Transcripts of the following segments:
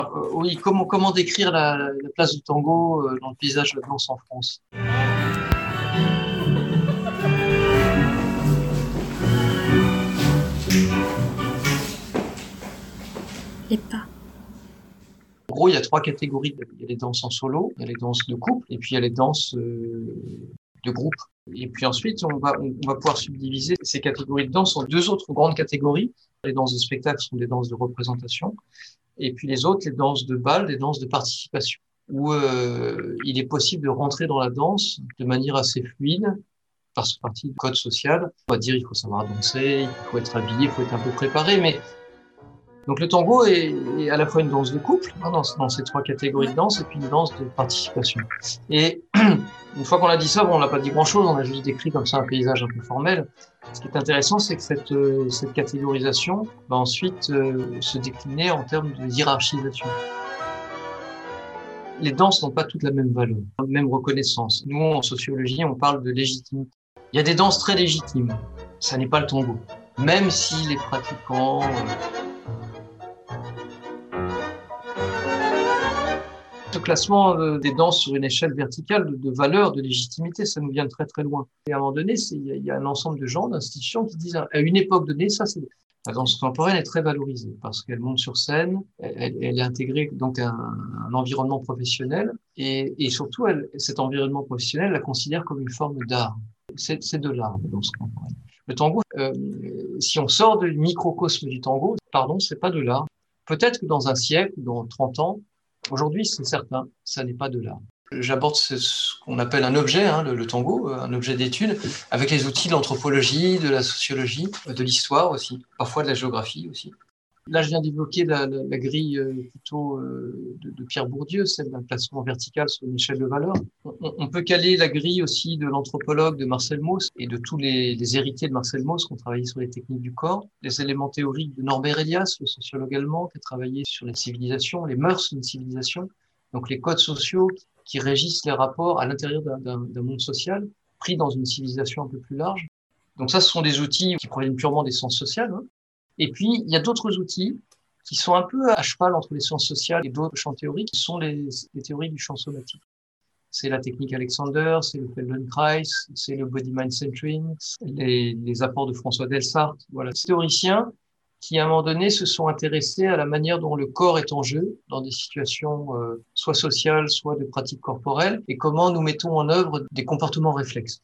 Oui, comment décrire la place du tango dans le paysage de la danse en France? Les pas. En gros, il y a 3 catégories. Il y a les danses en solo, il y a les danses de couple, et puis il y a les danses de groupe. Et puis ensuite, on va pouvoir subdiviser ces catégories de danse en 2 autres grandes catégories. Les danses de spectacle sont des danses de représentation, et puis les autres, les danses de bal, les danses de participation, où il est possible de rentrer dans la danse de manière assez fluide, parce que partie du code social. On va dire il faut savoir danser, il faut être habillé, il faut être un peu préparé, mais donc le tango est à la fois une danse de couple, hein, dans ces 3 catégories de danse, et puis une danse de participation. Et une fois qu'on a dit ça, bon, on n'a pas dit grand-chose, on a juste décrit comme ça un paysage un peu formel. Ce qui est intéressant, c'est que cette catégorisation va ensuite se décliner en termes de hiérarchisation. Les danses n'ont pas toutes la même valeur, la même reconnaissance. Nous, en sociologie, on parle de légitimité. Il y a des danses très légitimes, ça n'est pas le tango. Même si les pratiquants ce classement des danses sur une échelle verticale de valeur, de légitimité, ça nous vient de très très loin. Et à un moment donné, il y a un ensemble de gens, d'institutions qui disent à une époque donnée, ça c'est la danse contemporaine est très valorisée parce qu'elle monte sur scène, elle est intégrée donc à un environnement professionnel et surtout cet environnement professionnel la considère comme une forme d'art. C'est de l'art, la danse contemporaine. Le tango, si on sort du microcosme du tango, pardon, c'est pas de l'art. Peut-être que dans un siècle, dans 30 ans, aujourd'hui, c'est certain, ça n'est pas de l'art. J'aborde ce qu'on appelle un objet, hein, le tango, un objet d'étude, avec les outils de l'anthropologie, de la sociologie, de l'histoire aussi, parfois de la géographie aussi. Là, je viens d'évoquer la grille plutôt de Pierre Bourdieu, celle d'un classement vertical sur une échelle de valeur. On peut caler la grille aussi de l'anthropologue de Marcel Mauss et de tous les héritiers de Marcel Mauss qui ont travaillé sur les techniques du corps, les éléments théoriques de Norbert Elias, le sociologue allemand, qui a travaillé sur les civilisations, les mœurs d'une civilisation, donc les codes sociaux qui régissent les rapports à l'intérieur d'un monde social, pris dans une civilisation un peu plus large. Donc ça, ce sont des outils qui proviennent purement des sciences sociales, hein. Et puis, il y a d'autres outils qui sont un peu à cheval entre les sciences sociales et d'autres champs théoriques, qui sont les théories du champ somatique. C'est la technique Alexander, c'est le Feldenkrais, c'est le body-mind centering, les apports de François Delsart. Voilà, ces théoriciens qui, à un moment donné, se sont intéressés à la manière dont le corps est en jeu dans des situations soit sociales, soit de pratiques corporelles, et comment nous mettons en œuvre des comportements réflexes.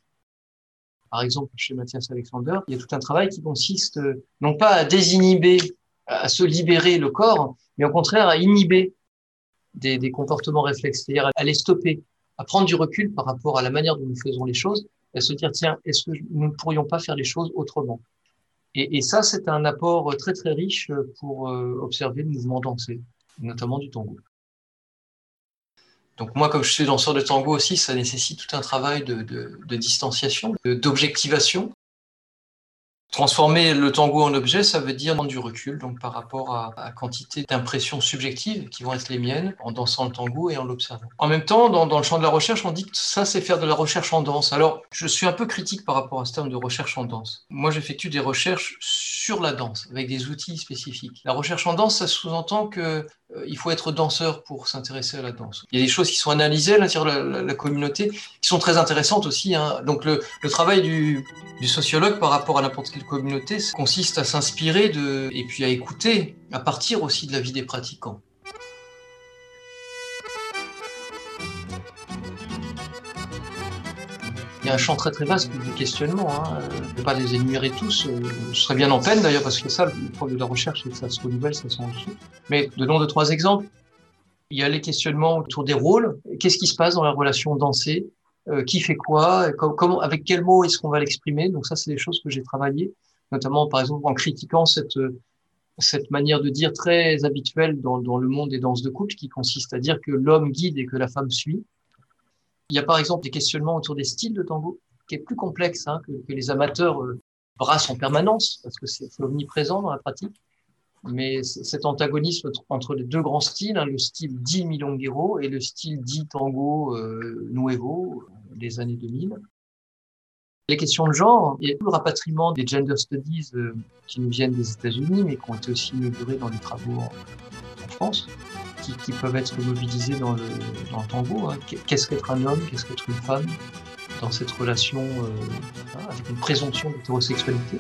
Par exemple, chez Mathias Alexander, il y a tout un travail qui consiste non pas à désinhiber, à se libérer le corps, mais au contraire à inhiber des comportements réflexes, c'est-à-dire à les stopper, à prendre du recul par rapport à la manière dont nous faisons les choses, et à se dire, tiens, est-ce que nous ne pourrions pas faire les choses autrement? Et ça, c'est un apport très très riche pour observer le mouvement dansé, notamment du tango. Donc moi, comme je suis danseur de tango aussi, ça nécessite tout un travail de distanciation, d'objectivation. Transformer le tango en objet, ça veut dire prendre du recul, donc par rapport à la quantité d'impressions subjectives qui vont être les miennes en dansant le tango et en l'observant. En même temps, dans le champ de la recherche, on dit que ça, c'est faire de la recherche en danse. Alors, je suis un peu critique par rapport à ce terme de recherche en danse. Moi, j'effectue des recherches sur la danse, avec des outils spécifiques. La recherche en danse, ça sous-entend que il faut être danseur pour s'intéresser à la danse. Il y a des choses qui sont analysées à l'intérieur de la communauté, qui sont très intéressantes aussi, hein. Donc le travail du sociologue par rapport à n'importe quelle communauté consiste à s'inspirer et puis à écouter, à partir aussi de la vie des pratiquants. Il y a un champ très très vaste de questionnement, hein. Je ne vais pas les énumérer tous, je serais bien en peine d'ailleurs, parce que ça, le problème de la recherche, c'est que ça se renouvelle, ça s'enrichit. Mais donnons 2-3 exemples. Il y a les questionnements autour des rôles. Qu'est-ce qui se passe dans la relation dansée? Qui fait quoi? Comment, avec quels mots est-ce qu'on va l'exprimer? Donc ça, c'est des choses que j'ai travaillées, notamment par exemple en critiquant cette manière de dire très habituelle dans le monde des danses de couple, qui consiste à dire que l'homme guide et que la femme suit. Il y a par exemple des questionnements autour des styles de tango, qui est plus complexe, hein, que les amateurs brassent en permanence, parce que c'est omniprésent dans la pratique. Mais cet antagonisme entre les 2 grands styles, hein, le style dit milonguero et le style dit tango nuevo des années 2000. Les questions de genre, il y a tout le rapatriement des gender studies qui nous viennent des États-Unis, mais qui ont été aussi inaugurés dans les travaux en France, qui peuvent être mobilisés dans le tango, hein. Qu'est-ce qu'être un homme? Qu'est-ce qu'être une femme? Dans cette relation avec une présomption d'hétérosexualité.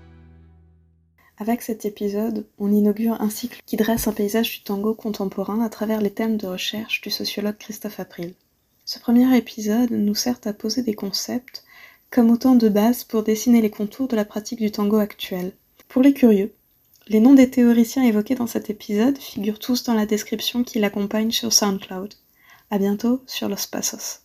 Avec cet épisode, on inaugure un cycle qui dresse un paysage du tango contemporain à travers les thèmes de recherche du sociologue Christophe April. Ce premier épisode nous sert à poser des concepts comme autant de bases pour dessiner les contours de la pratique du tango actuel. Pour les curieux, les noms des théoriciens évoqués dans cet épisode figurent tous dans la description qui l'accompagne sur SoundCloud. À bientôt sur Los Pasos.